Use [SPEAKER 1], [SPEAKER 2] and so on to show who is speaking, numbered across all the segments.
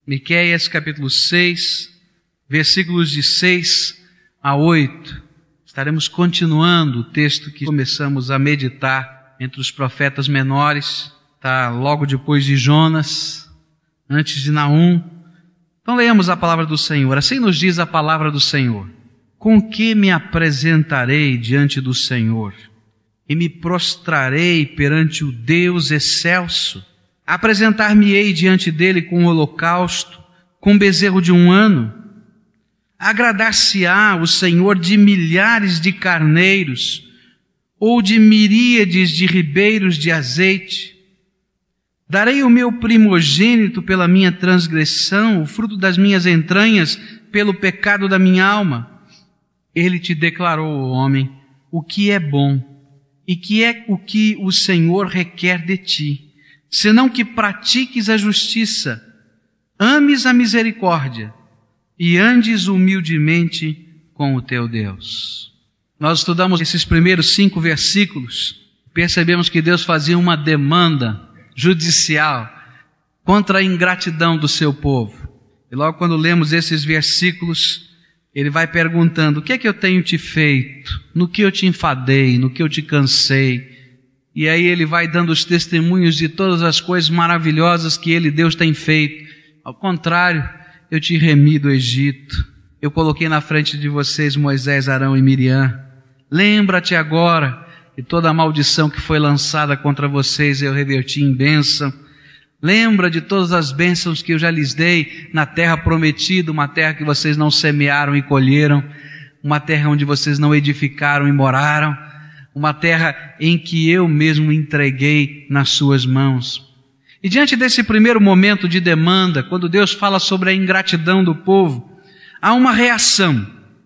[SPEAKER 1] Miqueias capítulo 6, versículos de 6 a 8. Estaremos continuando o texto que começamos a meditar entre os profetas menores. Está logo depois de Jonas, antes de Naum. Então leamos a palavra do Senhor. Assim nos diz a palavra do Senhor: com que me apresentarei diante do Senhor e me prostrarei perante o Deus excelso? Apresentar-me-ei diante dele com holocausto, com bezerro de 1 ano? Agradar-se-á o Senhor de milhares de carneiros ou de miríades de ribeiros de azeite? Darei o meu primogênito pela minha transgressão, o fruto das minhas entranhas pelo pecado da minha alma. Ele te declarou, homem, o que é bom e que é o que o Senhor requer de ti, senão que pratiques a justiça, ames a misericórdia e andes humildemente com o teu Deus. Nós estudamos esses primeiros 5 versículos, percebemos que Deus fazia uma demanda judicial contra a ingratidão do seu povo. E logo quando lemos esses versículos, ele vai perguntando: o que é que eu tenho te feito? No que eu te enfadei? No que eu te cansei? E aí ele vai dando os testemunhos de todas as coisas maravilhosas que ele, Deus, tem feito. Ao contrário, eu te remi do Egito. Eu coloquei na frente de vocês Moisés, Arão e Miriam. Lembra-te agora que toda a maldição que foi lançada contra vocês eu reverti em bênção. Lembra de todas as bênçãos que eu já lhes dei na terra prometida, uma terra que vocês não semearam e colheram, uma terra onde vocês não edificaram e moraram, uma terra em que eu mesmo entreguei nas suas mãos. E diante desse primeiro momento de demanda, quando Deus fala sobre a ingratidão do povo, há uma reação.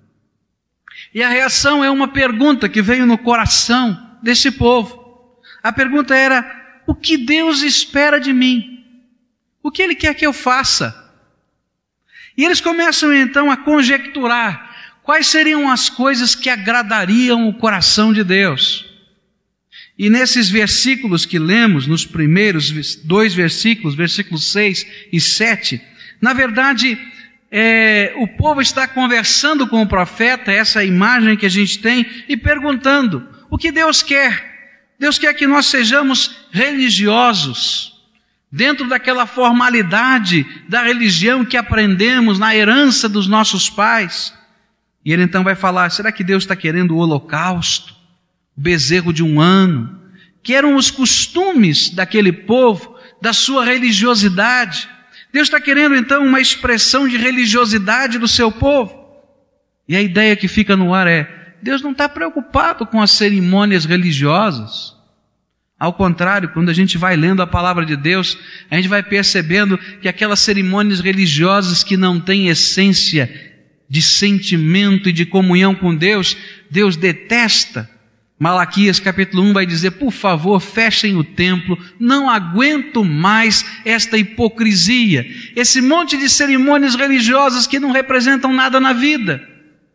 [SPEAKER 1] E a reação é uma pergunta que veio no coração desse povo. A pergunta era: o que Deus espera de mim? O que Ele quer que eu faça? E eles começam então a conjecturar quais seriam as coisas que agradariam o coração de Deus. E nesses versículos que lemos, nos primeiros 2 versículos, versículos 6 e 7, na verdade, o povo está conversando com o profeta, essa é a imagem que a gente tem, e perguntando: o que Deus quer? Deus quer que nós sejamos religiosos, dentro daquela formalidade da religião que aprendemos na herança dos nossos pais. E ele então vai falar: será que Deus está querendo o holocausto, o bezerro de 1 ano, que eram os costumes daquele povo, da sua religiosidade? Deus está querendo então uma expressão de religiosidade do seu povo. E a ideia que fica no ar é: Deus não está preocupado com as cerimônias religiosas. Ao contrário, quando a gente vai lendo a palavra de Deus, a gente vai percebendo que aquelas cerimônias religiosas que não têm essência de sentimento e de comunhão com Deus, Deus detesta. Malaquias capítulo 1 vai dizer: por favor, fechem o templo, não aguento mais esta hipocrisia, esse monte de cerimônias religiosas que não representam nada na vida.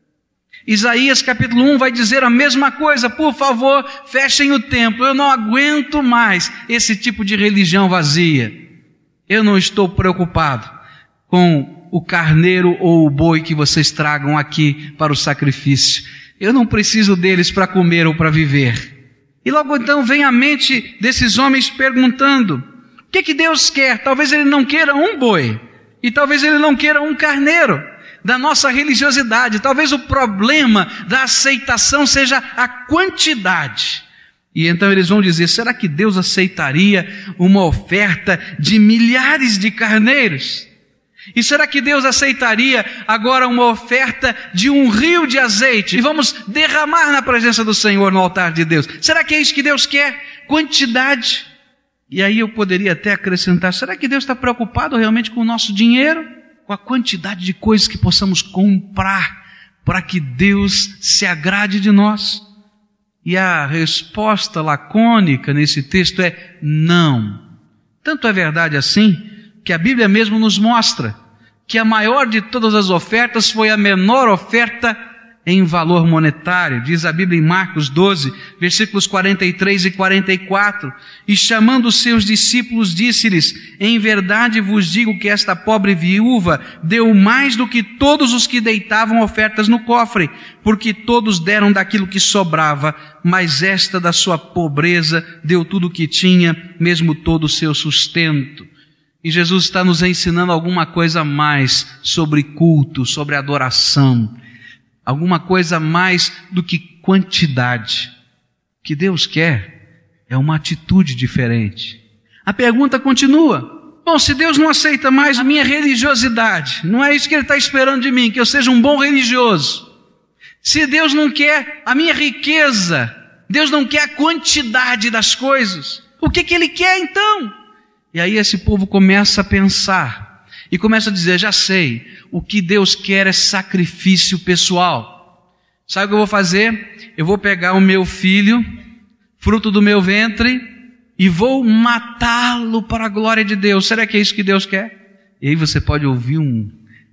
[SPEAKER 1] Isaías capítulo 1 vai dizer a mesma coisa: por favor, fechem o templo, eu não aguento mais esse tipo de religião vazia. Eu não estou preocupado com o carneiro ou o boi que vocês tragam aqui para o sacrifício. Eu não preciso deles para comer ou para viver. E logo então vem à mente desses homens perguntando: o que Deus quer? Talvez Ele não queira um boi, e talvez Ele não queira um carneiro da nossa religiosidade. Talvez o problema da aceitação seja a quantidade. E então eles vão dizer: será que Deus aceitaria uma oferta de milhares de carneiros? E será que Deus aceitaria agora uma oferta de 1 rio de azeite? E vamos derramar na presença do Senhor no altar de Deus. Será que é isso que Deus quer? Quantidade. E aí eu poderia até acrescentar: será que Deus está preocupado realmente com o nosso dinheiro? Com a quantidade de coisas que possamos comprar para que Deus se agrade de nós? E a resposta lacônica nesse texto é não. Tanto é verdade assim que a Bíblia mesmo nos mostra que a maior de todas as ofertas foi a menor oferta em valor monetário. Diz a Bíblia em Marcos 12, versículos 43 e 44. E chamando os seus discípulos, disse-lhes: em verdade vos digo que esta pobre viúva deu mais do que todos os que deitavam ofertas no cofre, porque todos deram daquilo que sobrava, mas esta da sua pobreza deu tudo o que tinha, mesmo todo o seu sustento. E Jesus está nos ensinando alguma coisa a mais sobre culto, sobre adoração. Alguma coisa mais do que quantidade. O que Deus quer é uma atitude diferente. A pergunta continua: bom, se Deus não aceita mais a minha religiosidade, não é isso que Ele está esperando de mim, que eu seja um bom religioso. Se Deus não quer a minha riqueza, Deus não quer a quantidade das coisas, o que Ele quer então? E aí esse povo começa a pensar e começa a dizer: já sei, o que Deus quer é sacrifício pessoal. Sabe o que eu vou fazer? Eu vou pegar o meu filho, fruto do meu ventre, e vou matá-lo para a glória de Deus. Será que é isso que Deus quer? E aí você pode ouvir um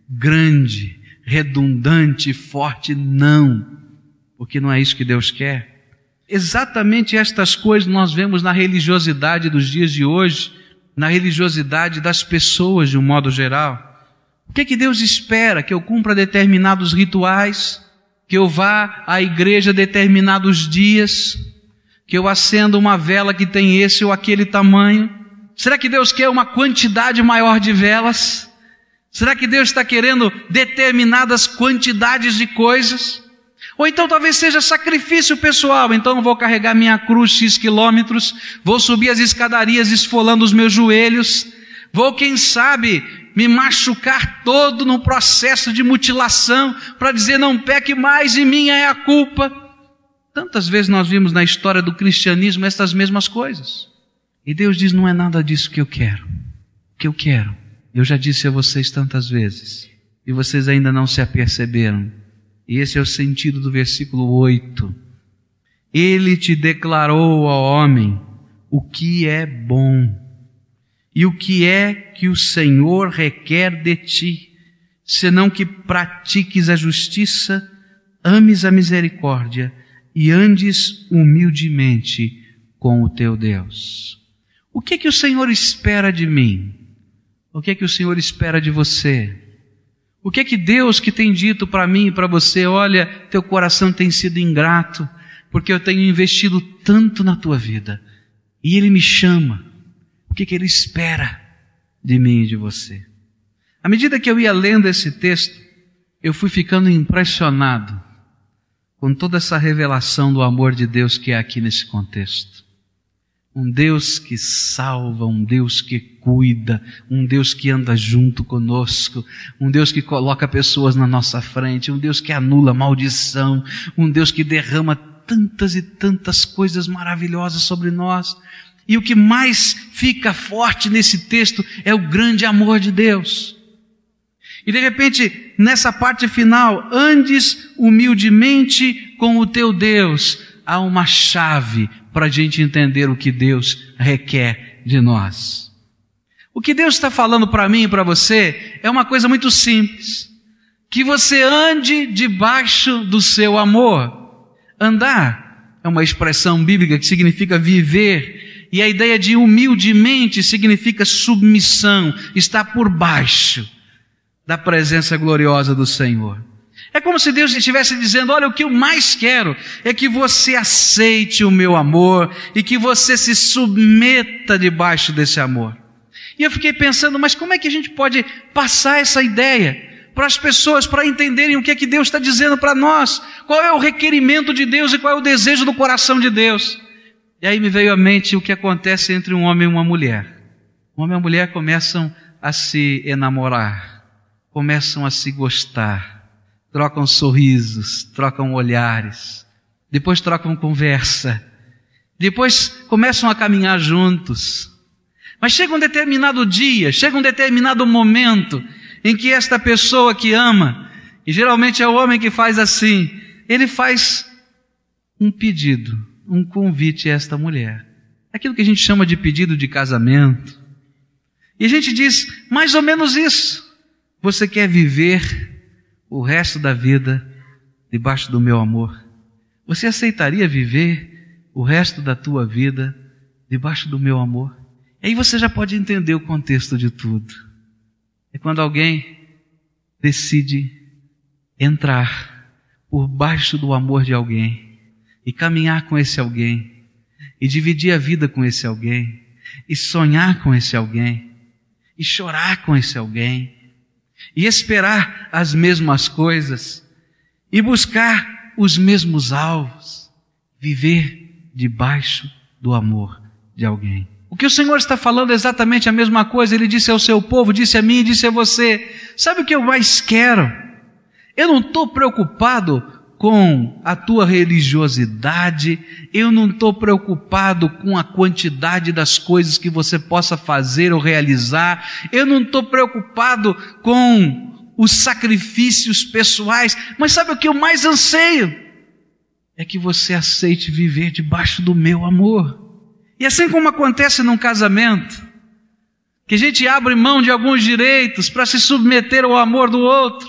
[SPEAKER 1] grande, redundante, forte não, porque não é isso que Deus quer. Exatamente estas coisas nós vemos na religiosidade dos dias de hoje, na religiosidade das pessoas de um modo geral. O que Deus espera? Que eu cumpra determinados rituais, que eu vá à igreja determinados dias, que eu acenda uma vela que tem esse ou aquele tamanho? Será que Deus quer uma quantidade maior de velas? Será que Deus está querendo determinadas quantidades de coisas? Ou então talvez seja sacrifício pessoal. Então eu vou carregar minha cruz X quilômetros, vou subir as escadarias esfolando os meus joelhos, vou, quem sabe, me machucar todo no processo de mutilação para dizer: não peque mais e minha é a culpa. Tantas vezes nós vimos na história do cristianismo estas mesmas coisas. E Deus diz: não é nada disso que eu quero. O que eu quero, eu já disse a vocês tantas vezes, e vocês ainda não se aperceberam. E esse é o sentido do versículo 8. Ele te declarou, ó homem, o que é bom e o que é que o Senhor requer de ti, senão que pratiques a justiça, ames a misericórdia e andes humildemente com o teu Deus. O que o Senhor espera de mim? O que o Senhor espera de você? O que Deus que tem dito para mim e para você: olha, teu coração tem sido ingrato, porque eu tenho investido tanto na tua vida, e Ele me chama. O que Ele espera de mim e de você? À medida que eu ia lendo esse texto, eu fui ficando impressionado com toda essa revelação do amor de Deus que é aqui nesse contexto. Um Deus que salva, um Deus que cuida, um Deus que anda junto conosco, um Deus que coloca pessoas na nossa frente, um Deus que anula maldição, um Deus que derrama tantas e tantas coisas maravilhosas sobre nós. E o que mais fica forte nesse texto é o grande amor de Deus. E de repente, nessa parte final, andes humildemente com o teu Deus, há uma chave para a gente entender o que Deus requer de nós. O que Deus está falando para mim e para você é uma coisa muito simples: que você ande debaixo do seu amor. Andar é uma expressão bíblica que significa viver, e a ideia de humildemente significa submissão, estar por baixo da presença gloriosa do Senhor. É como se Deus estivesse dizendo: olha, o que eu mais quero é que você aceite o meu amor e que você se submeta debaixo desse amor. E eu fiquei pensando, mas como é que a gente pode passar essa ideia para as pessoas, para entenderem o que é que Deus está dizendo para nós? Qual é o requerimento de Deus e qual é o desejo do coração de Deus? E aí me veio à mente o que acontece entre um homem e uma mulher. Um homem e uma mulher começam a se enamorar, começam a se gostar, trocam sorrisos, trocam olhares, depois trocam conversa, depois começam a caminhar juntos. Mas chega um determinado dia, chega um determinado momento em que esta pessoa que ama, e geralmente é o homem que faz assim, ele faz um pedido, um convite a esta mulher. Aquilo que a gente chama de pedido de casamento. E a gente diz mais ou menos isso: você quer viver o resto da vida debaixo do meu amor? Você aceitaria viver o resto da tua vida debaixo do meu amor? Aí você já pode entender o contexto de tudo. É quando alguém decide entrar por baixo do amor de alguém e caminhar com esse alguém e dividir a vida com esse alguém e sonhar com esse alguém e chorar com esse alguém e esperar as mesmas coisas e buscar os mesmos alvos, viver debaixo do amor de alguém. O que o Senhor está falando é exatamente a mesma coisa. Ele disse ao seu povo, disse a mim e disse a você: sabe o que eu mais quero? Eu não estou preocupado com a tua religiosidade, eu não estou preocupado com a quantidade das coisas que você possa fazer ou realizar, eu não estou preocupado com os sacrifícios pessoais, mas sabe o que eu mais anseio? É que você aceite viver debaixo do meu amor. E assim como acontece num casamento, que a gente abre mão de alguns direitos para se submeter ao amor do outro,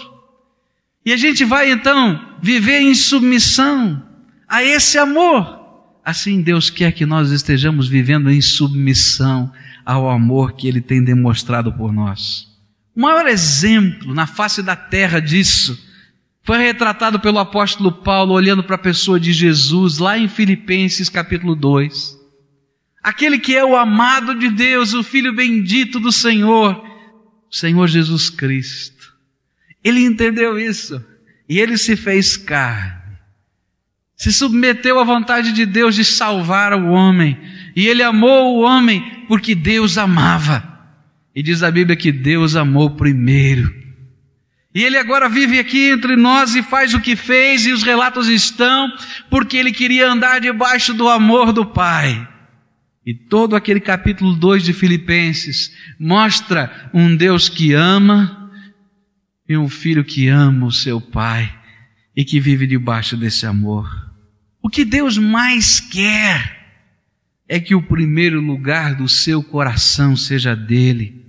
[SPEAKER 1] e a gente vai então viver em submissão a esse amor. Assim Deus quer que nós estejamos vivendo em submissão ao amor que Ele tem demonstrado por nós. O maior exemplo na face da terra disso foi retratado pelo apóstolo Paulo olhando para a pessoa de Jesus lá em Filipenses capítulo 2. Aquele que é o amado de Deus, o Filho bendito do Senhor, o Senhor Jesus Cristo. Ele entendeu isso e Ele se fez carne. Se submeteu à vontade de Deus de salvar o homem. E Ele amou o homem porque Deus amava. E diz a Bíblia que Deus amou primeiro. E Ele agora vive aqui entre nós e faz o que fez, e os relatos estão, porque Ele queria andar debaixo do amor do Pai. E todo aquele capítulo 2 de Filipenses mostra um Deus que ama e um filho que ama o seu pai e que vive debaixo desse amor. O que Deus mais quer é que o primeiro lugar do seu coração seja dele,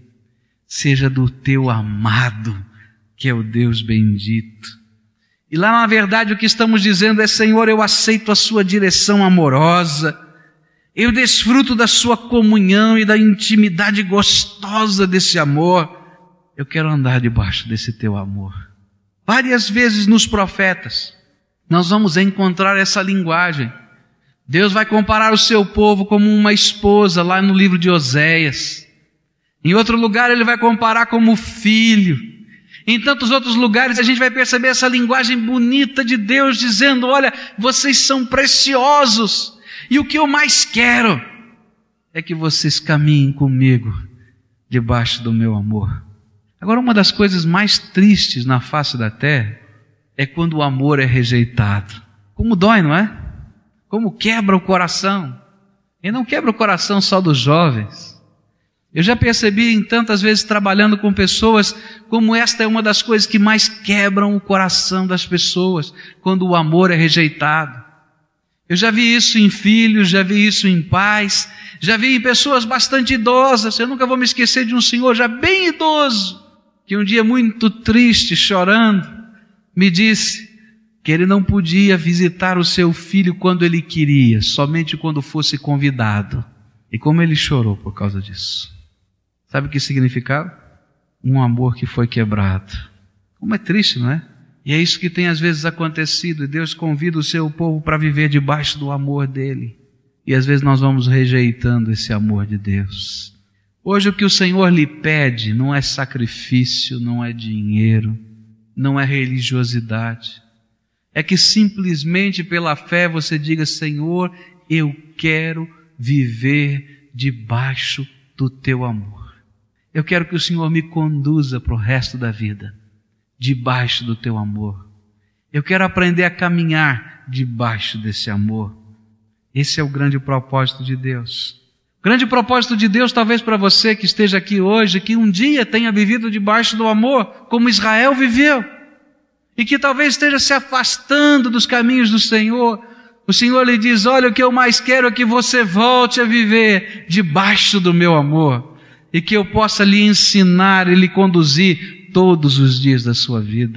[SPEAKER 1] seja do teu amado, que é o Deus bendito. E lá na verdade o que estamos dizendo é: Senhor, eu aceito a sua direção amorosa, eu desfruto da sua comunhão e da intimidade gostosa desse amor. Eu quero andar debaixo desse teu amor. Várias vezes nos profetas nós vamos encontrar essa linguagem. Deus vai comparar o seu povo como uma esposa lá no livro de Oséias. Em outro lugar Ele vai comparar como filho. Em tantos outros lugares a gente vai perceber essa linguagem bonita de Deus dizendo: olha, vocês são preciosos. E o que eu mais quero é que vocês caminhem comigo debaixo do meu amor. Agora, uma das coisas mais tristes na face da terra é quando o amor é rejeitado. Como dói, não é? Como quebra o coração. E não quebra o coração só dos jovens. Eu já percebi em tantas vezes trabalhando com pessoas como esta é uma das coisas que mais quebram o coração das pessoas, quando o amor é rejeitado. Eu já vi isso em filhos, já vi isso em pais, já vi em pessoas bastante idosas. Eu nunca vou me esquecer de um senhor já bem idoso, que um dia muito triste, chorando, me disse que ele não podia visitar o seu filho quando ele queria, somente quando fosse convidado. E como ele chorou por causa disso. Sabe o que significava? Um amor que foi quebrado. Como é triste, não é? E é isso que tem às vezes acontecido, e Deus convida o seu povo para viver debaixo do amor dele. E às vezes nós vamos rejeitando esse amor de Deus. Hoje o que o Senhor lhe pede não é sacrifício, não é dinheiro, não é religiosidade. É que simplesmente pela fé você diga: Senhor, eu quero viver debaixo do teu amor. Eu quero que o Senhor me conduza para o resto da vida debaixo do teu amor. Eu quero aprender a caminhar debaixo desse amor. Esse é o grande propósito de Deus. O grande propósito de Deus, talvez para você que esteja aqui hoje, que um dia tenha vivido debaixo do amor, como Israel viveu, e que talvez esteja se afastando dos caminhos do Senhor. O Senhor lhe diz: olha, o que eu mais quero é que você volte a viver debaixo do meu amor, e que eu possa lhe ensinar e lhe conduzir todos os dias da sua vida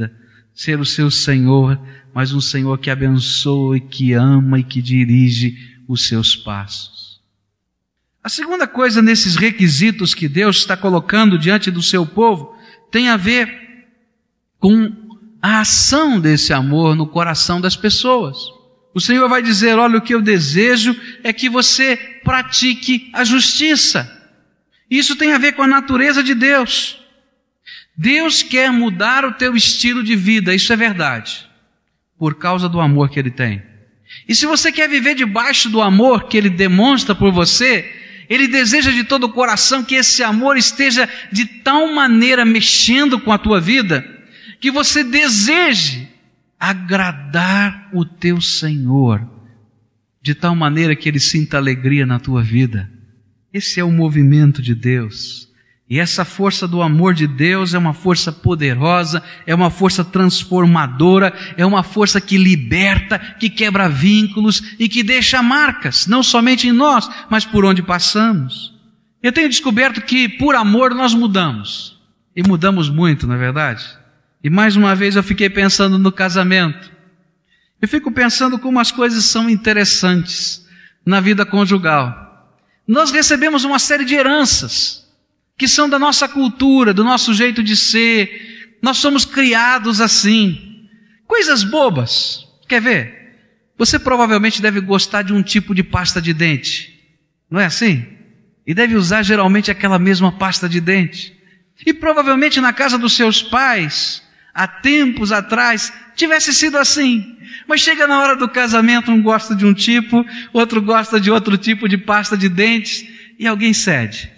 [SPEAKER 1] ser o seu Senhor, mas um Senhor que abençoa e que ama e que dirige os seus passos. A segunda coisa nesses requisitos que Deus está colocando diante do seu povo tem a ver com a ação desse amor no coração das pessoas. O Senhor vai dizer: olha, o que eu desejo é que você pratique a justiça. Isso tem a ver com a natureza de Deus. Deus quer mudar o teu estilo de vida, isso é verdade, por causa do amor que Ele tem. E se você quer viver debaixo do amor que Ele demonstra por você, Ele deseja de todo o coração que esse amor esteja de tal maneira mexendo com a tua vida, que você deseje agradar o teu Senhor, de tal maneira que Ele sinta alegria na tua vida. Esse é o movimento de Deus. E essa força do amor de Deus é uma força poderosa, é uma força transformadora, é uma força que liberta, que quebra vínculos e que deixa marcas, não somente em nós, mas por onde passamos. Eu tenho descoberto que por amor nós mudamos. E mudamos muito, não é verdade? E mais uma vez eu fiquei pensando no casamento. Eu fico pensando como as coisas são interessantes na vida conjugal. Nós recebemos uma série de heranças que são da nossa cultura, do nosso jeito de ser. Nós somos criados assim. Coisas bobas. Quer ver? Você provavelmente deve gostar de um tipo de pasta de dente. Não é assim? E deve usar geralmente aquela mesma pasta de dente. E provavelmente na casa dos seus pais, há tempos atrás, tivesse sido assim. Mas chega na hora do casamento, um gosta de um tipo, outro gosta de outro tipo de pasta de dentes, e alguém cede.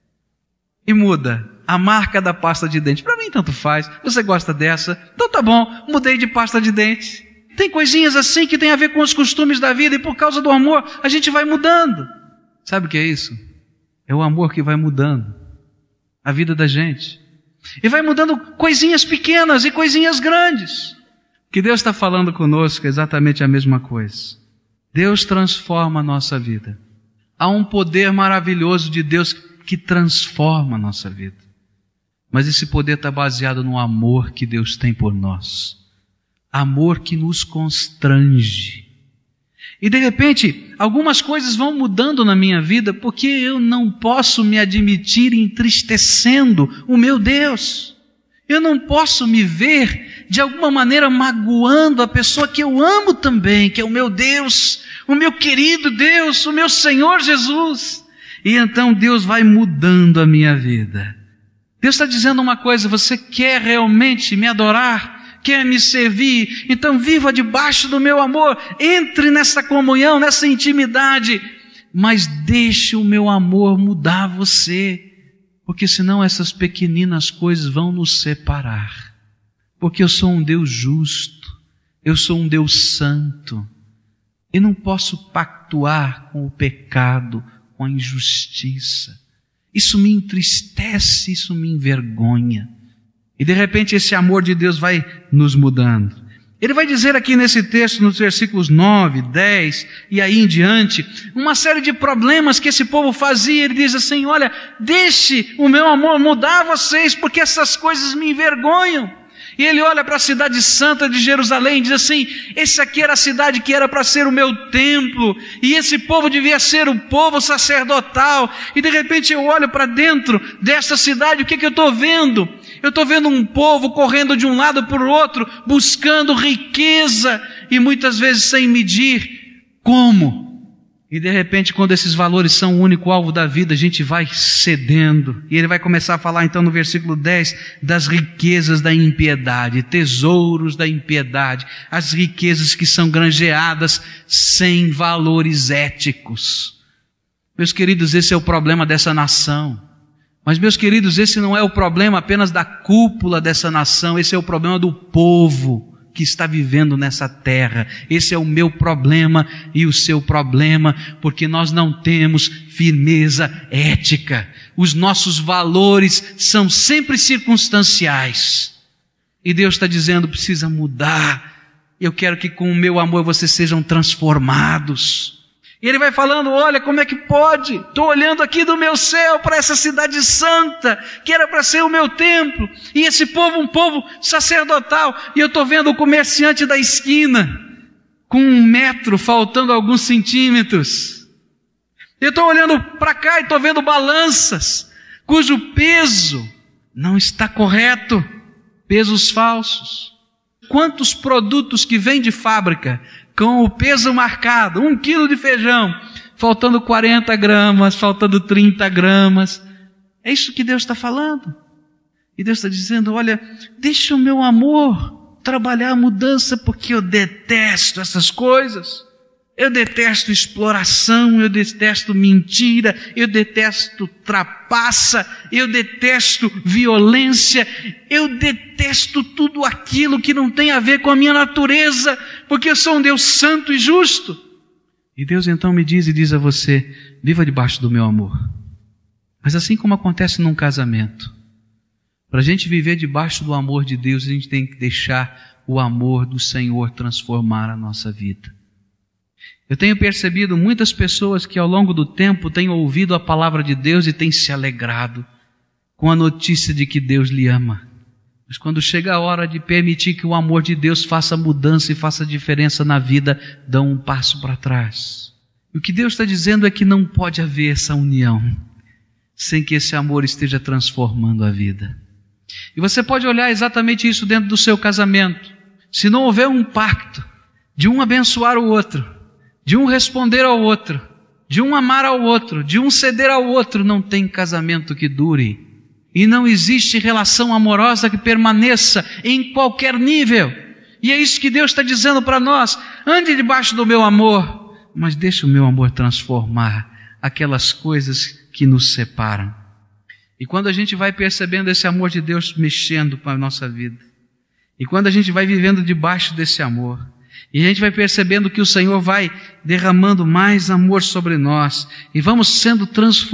[SPEAKER 1] E muda a marca da pasta de dente. Para mim tanto faz, você gosta dessa, então tá bom, mudei de pasta de dente. Tem coisinhas assim que tem a ver com os costumes da vida, e por causa do amor a gente vai mudando. Sabe o que é isso? É o amor que vai mudando a vida da gente. E vai mudando coisinhas pequenas e coisinhas grandes. O que Deus está falando conosco é exatamente a mesma coisa. Deus transforma a nossa vida. Há um poder maravilhoso de Deus que transforma a nossa vida. Mas esse poder está baseado no amor que Deus tem por nós. Amor que nos constrange. E de repente, algumas coisas vão mudando na minha vida porque eu não posso me admitir entristecendo o meu Deus. Eu não posso me ver de alguma maneira magoando a pessoa que eu amo também, que é o meu Deus, o meu querido Deus, o meu Senhor Jesus. E então Deus vai mudando a minha vida. Deus está dizendo uma coisa: você quer realmente me adorar? Quer me servir? Então viva debaixo do meu amor, entre nessa comunhão, nessa intimidade, mas deixe o meu amor mudar você, porque senão essas pequeninas coisas vão nos separar, porque eu sou um Deus justo, eu sou um Deus santo, e não posso pactuar com o pecado, com a injustiça. Isso me entristece, isso me envergonha. E de repente esse amor de Deus vai nos mudando. Ele vai dizer aqui nesse texto, nos versículos 9, 10 e aí em diante, uma série de problemas que esse povo fazia. Ele diz assim: olha, deixe o meu amor mudar vocês, porque essas coisas me envergonham. E ele olha para a cidade santa de Jerusalém e diz assim: esse aqui era a cidade que era para ser o meu templo, e esse povo devia ser o povo sacerdotal. E de repente eu olho para dentro dessa cidade, o que eu estou vendo? Eu estou vendo um povo correndo de um lado para o outro, buscando riqueza, e muitas vezes sem medir como. E de repente, quando esses valores são o único alvo da vida, a gente vai cedendo. E ele vai começar a falar então no versículo 10 das riquezas da impiedade, tesouros da impiedade, as riquezas que são granjeadas sem valores éticos. Meus queridos, esse é o problema dessa nação. Mas, meus queridos, esse não é o problema apenas da cúpula dessa nação, esse é o problema do povo que está vivendo nessa terra. Esse é o meu problema e o seu problema, porque nós não temos firmeza ética. Os nossos valores são sempre circunstanciais. E Deus está dizendo: precisa mudar. Eu quero que com o meu amor vocês sejam transformados. E ele vai falando, olha como é que pode, estou olhando aqui do meu céu para essa cidade santa, que era para ser o meu templo, e esse povo, um povo sacerdotal, e eu estou vendo o comerciante da esquina, com 1 metro, faltando alguns centímetros. Eu estou olhando para cá e estou vendo balanças, cujo peso não está correto, pesos falsos. Quantos produtos que vêm de fábrica, com o peso marcado, 1 quilo de feijão, faltando 40 gramas, faltando 30 gramas. É isso que Deus está falando. E Deus está dizendo, olha, deixa o meu amor trabalhar a mudança, porque eu detesto essas coisas. Eu detesto exploração, eu detesto mentira, eu detesto trapaça, eu detesto violência, eu detesto tudo aquilo que não tem a ver com a minha natureza, porque eu sou um Deus santo e justo. E Deus então me diz e diz a você, viva debaixo do meu amor. Mas assim como acontece num casamento, para a gente viver debaixo do amor de Deus, a gente tem que deixar o amor do Senhor transformar a nossa vida. Eu tenho percebido muitas pessoas que ao longo do tempo têm ouvido a palavra de Deus e têm se alegrado com a notícia de que Deus lhe ama. Mas quando chega a hora de permitir que o amor de Deus faça mudança e faça diferença na vida, dão um passo para trás. E o que Deus está dizendo é que não pode haver essa união sem que esse amor esteja transformando a vida. E você pode olhar exatamente isso dentro do seu casamento. Se não houver um pacto de um abençoar o outro, de um responder ao outro, de um amar ao outro, de um ceder ao outro, não tem casamento que dure. E não existe relação amorosa que permaneça em qualquer nível. E é isso que Deus está dizendo para nós. Ande debaixo do meu amor, mas deixe o meu amor transformar aquelas coisas que nos separam. E quando a gente vai percebendo esse amor de Deus mexendo com a nossa vida, e quando a gente vai vivendo debaixo desse amor, e a gente vai percebendo que o Senhor vai derramando mais amor sobre nós, e vamos sendo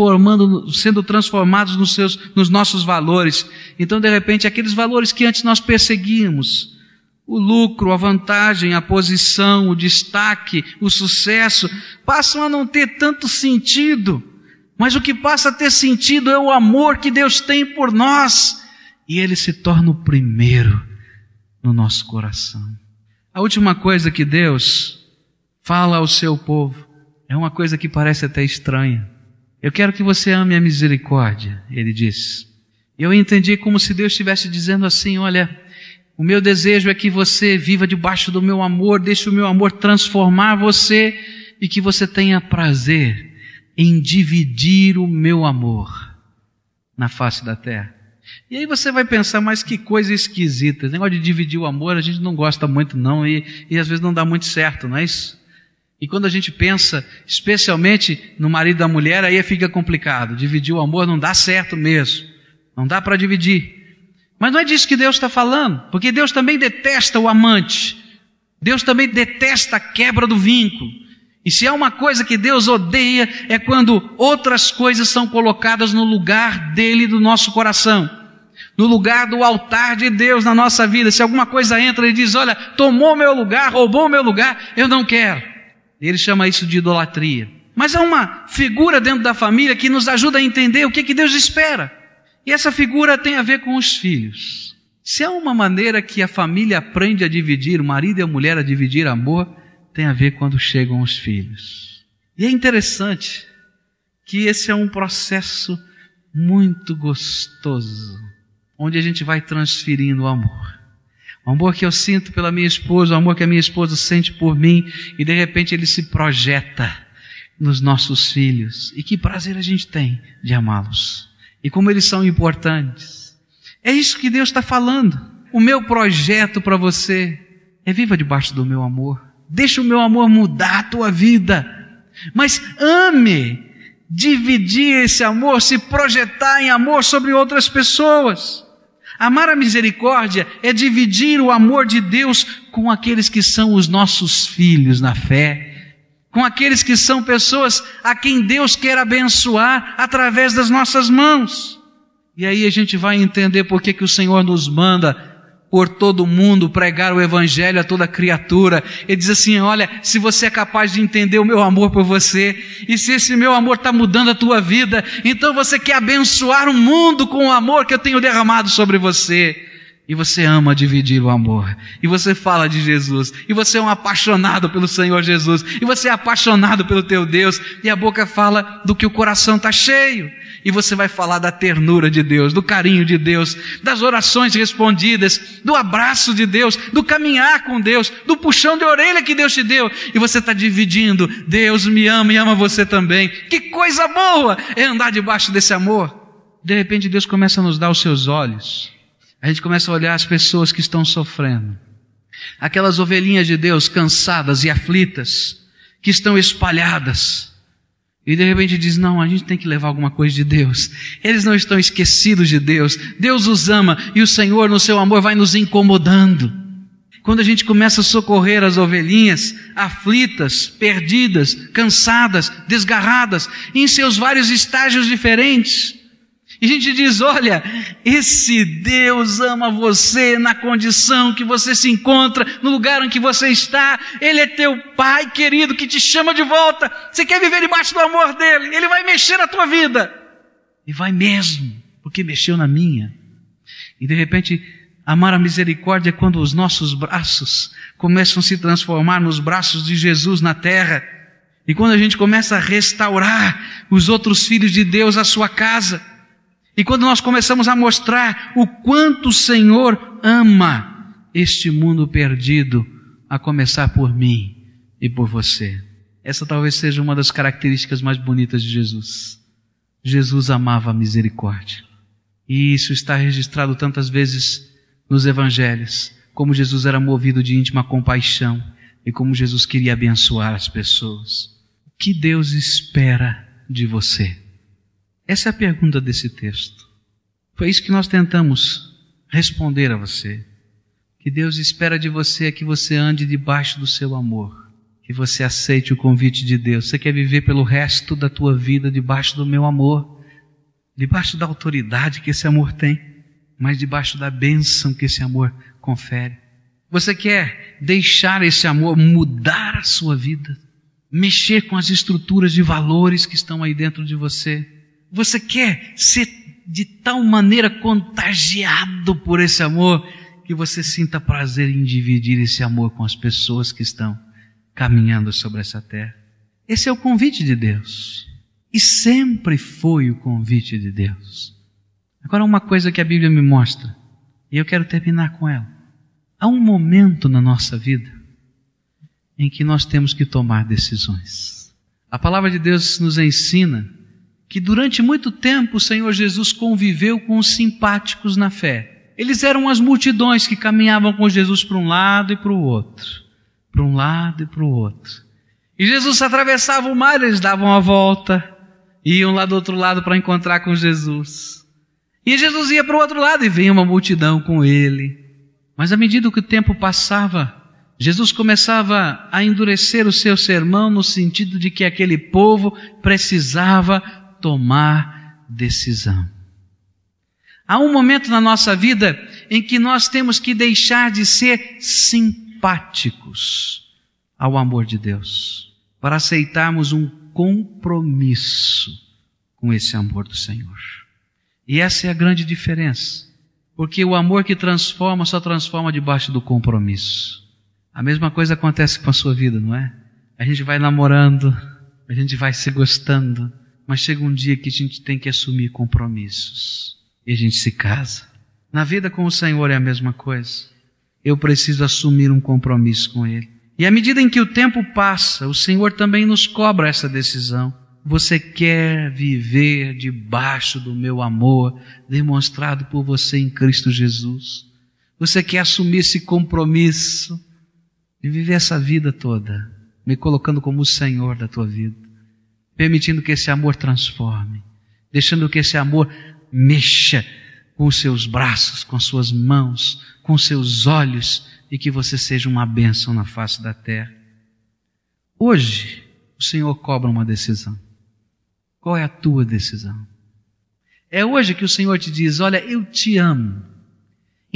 [SPEAKER 1] transformados nos nossos valores. Então, de repente, aqueles valores que antes nós perseguíamos, o lucro, a vantagem, a posição, o destaque, o sucesso, passam a não ter tanto sentido. Mas o que passa a ter sentido é o amor que Deus tem por nós, e Ele se torna o primeiro no nosso coração. A última coisa que Deus fala ao seu povo é uma coisa que parece até estranha. Eu quero que você ame a misericórdia, Ele diz. Eu entendi como se Deus estivesse dizendo assim, olha, o meu desejo é que você viva debaixo do meu amor, deixe o meu amor transformar você e que você tenha prazer em dividir o meu amor na face da terra. E aí você vai pensar, mas que coisa esquisita, esse negócio de dividir o amor a gente não gosta muito não, e às vezes não dá muito certo, não é isso? E quando a gente pensa, especialmente no marido da mulher, aí fica complicado, dividir o amor não dá certo mesmo, não dá para dividir. Mas não é disso que Deus está falando, porque Deus também detesta o amante, Deus também detesta a quebra do vínculo. E se há uma coisa que Deus odeia, é quando outras coisas são colocadas no lugar dele, do nosso coração, no lugar do altar de Deus na nossa vida. Se alguma coisa entra e diz, olha, tomou meu lugar, roubou meu lugar, eu não quero. Ele chama isso de idolatria. Mas há uma figura dentro da família que nos ajuda a entender o que Deus espera. E essa figura tem a ver com os filhos. Se há uma maneira que a família aprende a dividir, o marido e a mulher a dividir amor, tem a ver quando chegam os filhos. E é interessante que esse é um processo muito gostoso, onde a gente vai transferindo o amor. O amor que eu sinto pela minha esposa, o amor que a minha esposa sente por mim, e de repente ele se projeta nos nossos filhos. E que prazer a gente tem de amá-los. E como eles são importantes. É isso que Deus está falando. O meu projeto para você é viva debaixo do meu amor. Deixa o meu amor mudar a tua vida. Mas ame dividir esse amor, se projetar em amor sobre outras pessoas. Amar a misericórdia é dividir o amor de Deus com aqueles que são os nossos filhos na fé, com aqueles que são pessoas a quem Deus quer abençoar através das nossas mãos. E aí a gente vai entender por que o Senhor nos manda por todo o mundo, pregar o evangelho a toda criatura. Ele diz assim, olha, se você é capaz de entender o meu amor por você, e se esse meu amor está mudando a tua vida, então você quer abençoar o mundo com o amor que eu tenho derramado sobre você. E você ama dividir o amor, e você fala de Jesus, e você é um apaixonado pelo Senhor Jesus, e você é apaixonado pelo teu Deus, e a boca fala do que o coração está cheio, e você vai falar da ternura de Deus, do carinho de Deus, das orações respondidas, do abraço de Deus, do caminhar com Deus, do puxão de orelha que Deus te deu, e você está dividindo, Deus me ama e ama você também. Que coisa boa é andar debaixo desse amor. De repente Deus começa a nos dar os seus olhos. A gente começa a olhar as pessoas que estão sofrendo. Aquelas ovelhinhas de Deus cansadas e aflitas, que estão espalhadas. E de repente diz, não, a gente tem que levar alguma coisa de Deus. Eles não estão esquecidos de Deus. Deus os ama e o Senhor no seu amor vai nos incomodando. Quando a gente começa a socorrer as ovelhinhas aflitas, perdidas, cansadas, desgarradas, em seus vários estágios diferentes. E a gente diz, olha, esse Deus ama você na condição que você se encontra, no lugar em que você está. Ele é teu Pai querido que te chama de volta. Você quer viver debaixo do amor dele? Ele vai mexer na tua vida. E vai mesmo, porque mexeu na minha. E de repente, amar a misericórdia é quando os nossos braços começam a se transformar nos braços de Jesus na terra. E quando a gente começa a restaurar os outros filhos de Deus à sua casa. E quando nós começamos a mostrar o quanto o Senhor ama este mundo perdido, a começar por mim e por você. Essa talvez seja uma das características mais bonitas de Jesus. Jesus amava a misericórdia. E isso está registrado tantas vezes nos evangelhos, como Jesus era movido de íntima compaixão e como Jesus queria abençoar as pessoas. O que Deus espera de você? Essa é a pergunta desse texto. Foi isso que nós tentamos responder a você. Que Deus espera de você é que você ande debaixo do seu amor. Que você aceite o convite de Deus. Você quer viver pelo resto da tua vida debaixo do meu amor. Debaixo da autoridade que esse amor tem. Mas debaixo da bênção que esse amor confere. Você quer deixar esse amor mudar a sua vida. Mexer com as estruturas de valores que estão aí dentro de você. Você quer ser de tal maneira contagiado por esse amor que você sinta prazer em dividir esse amor com as pessoas que estão caminhando sobre essa terra. Esse é o convite de Deus. E sempre foi o convite de Deus. Agora uma coisa que a Bíblia me mostra, e eu quero terminar com ela. Há um momento na nossa vida em que nós temos que tomar decisões. A palavra de Deus nos ensina que durante muito tempo o Senhor Jesus conviveu com os simpáticos na fé. Eles eram as multidões que caminhavam com Jesus para um lado e para o outro. Para um lado e para o outro. E Jesus atravessava o mar, eles davam a volta, iam lá do outro lado para encontrar com Jesus. E Jesus ia para o outro lado e vinha uma multidão com ele. Mas à medida que o tempo passava, Jesus começava a endurecer o seu sermão no sentido de que aquele povo precisava tomar decisão. Há um momento na nossa vida em que nós temos que deixar de ser simpáticos ao amor de Deus, para aceitarmos um compromisso com esse amor do Senhor. E essa é a grande diferença, porque o amor que transforma só transforma debaixo do compromisso. A mesma coisa acontece com a sua vida, não é? A gente vai namorando, a gente vai se gostando, mas chega um dia que a gente tem que assumir compromissos. E a gente se casa. Na vida com o Senhor é a mesma coisa. Eu preciso assumir um compromisso com Ele. E à medida em que o tempo passa, o Senhor também nos cobra essa decisão. Você quer viver debaixo do meu amor, demonstrado por você em Cristo Jesus? Você quer assumir esse compromisso de viver essa vida toda, me colocando como o Senhor da tua vida? Permitindo que esse amor transforme, deixando que esse amor mexa com os seus braços, com as suas mãos, com os seus olhos, e que você seja uma bênção na face da terra. Hoje, o Senhor cobra uma decisão. Qual é a tua decisão? É hoje que o Senhor te diz, olha, eu te amo.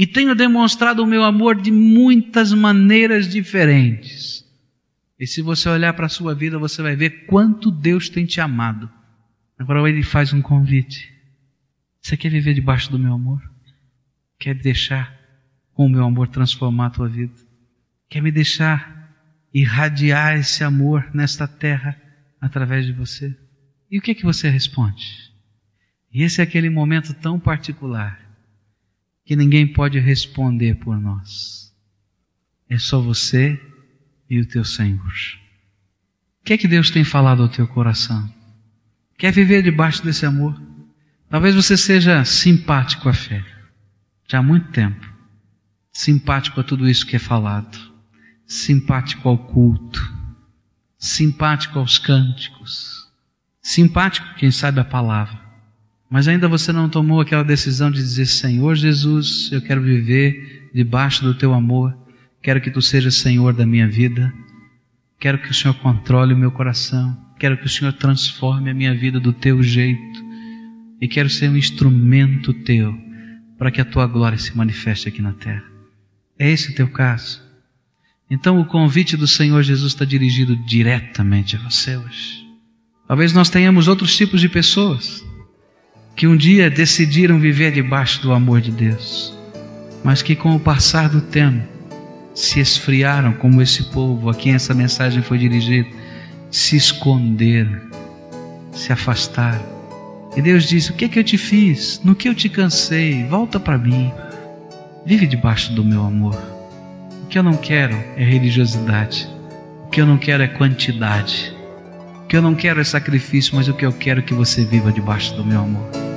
[SPEAKER 1] E tenho demonstrado o meu amor de muitas maneiras diferentes. E se você olhar para a sua vida, você vai ver quanto Deus tem te amado. Agora Ele faz um convite. Você quer viver debaixo do meu amor? Quer deixar com o meu amor transformar a tua vida? Quer me deixar irradiar esse amor nesta terra através de você? E o que é que você responde? E esse é aquele momento tão particular que ninguém pode responder por nós. É só você e o teu Senhor. O que é que Deus tem falado ao teu coração? Quer viver debaixo desse amor? Talvez você seja simpático à fé, já há muito tempo. Simpático a tudo isso que é falado. Simpático ao culto. Simpático aos cânticos. Simpático, quem sabe, à palavra. Mas ainda você não tomou aquela decisão de dizer: Senhor Jesus, eu quero viver debaixo do teu amor. Quero que tu sejas Senhor da minha vida. Quero que o Senhor controle o meu coração. Quero que o Senhor transforme a minha vida do teu jeito. E quero ser um instrumento teu para que a tua glória se manifeste aqui na terra. É esse o teu caso? Então o convite do Senhor Jesus está dirigido diretamente a você hoje. Talvez nós tenhamos outros tipos de pessoas que um dia decidiram viver debaixo do amor de Deus, mas que com o passar do tempo se esfriaram, como esse povo a quem essa mensagem foi dirigida, se esconderam, se afastaram. E Deus disse: o que é que eu te fiz? No que eu te cansei? Volta para mim. Vive debaixo do meu amor. O que eu não quero é religiosidade. O que eu não quero é quantidade. O que eu não quero é sacrifício, mas o que eu quero é que você viva debaixo do meu amor.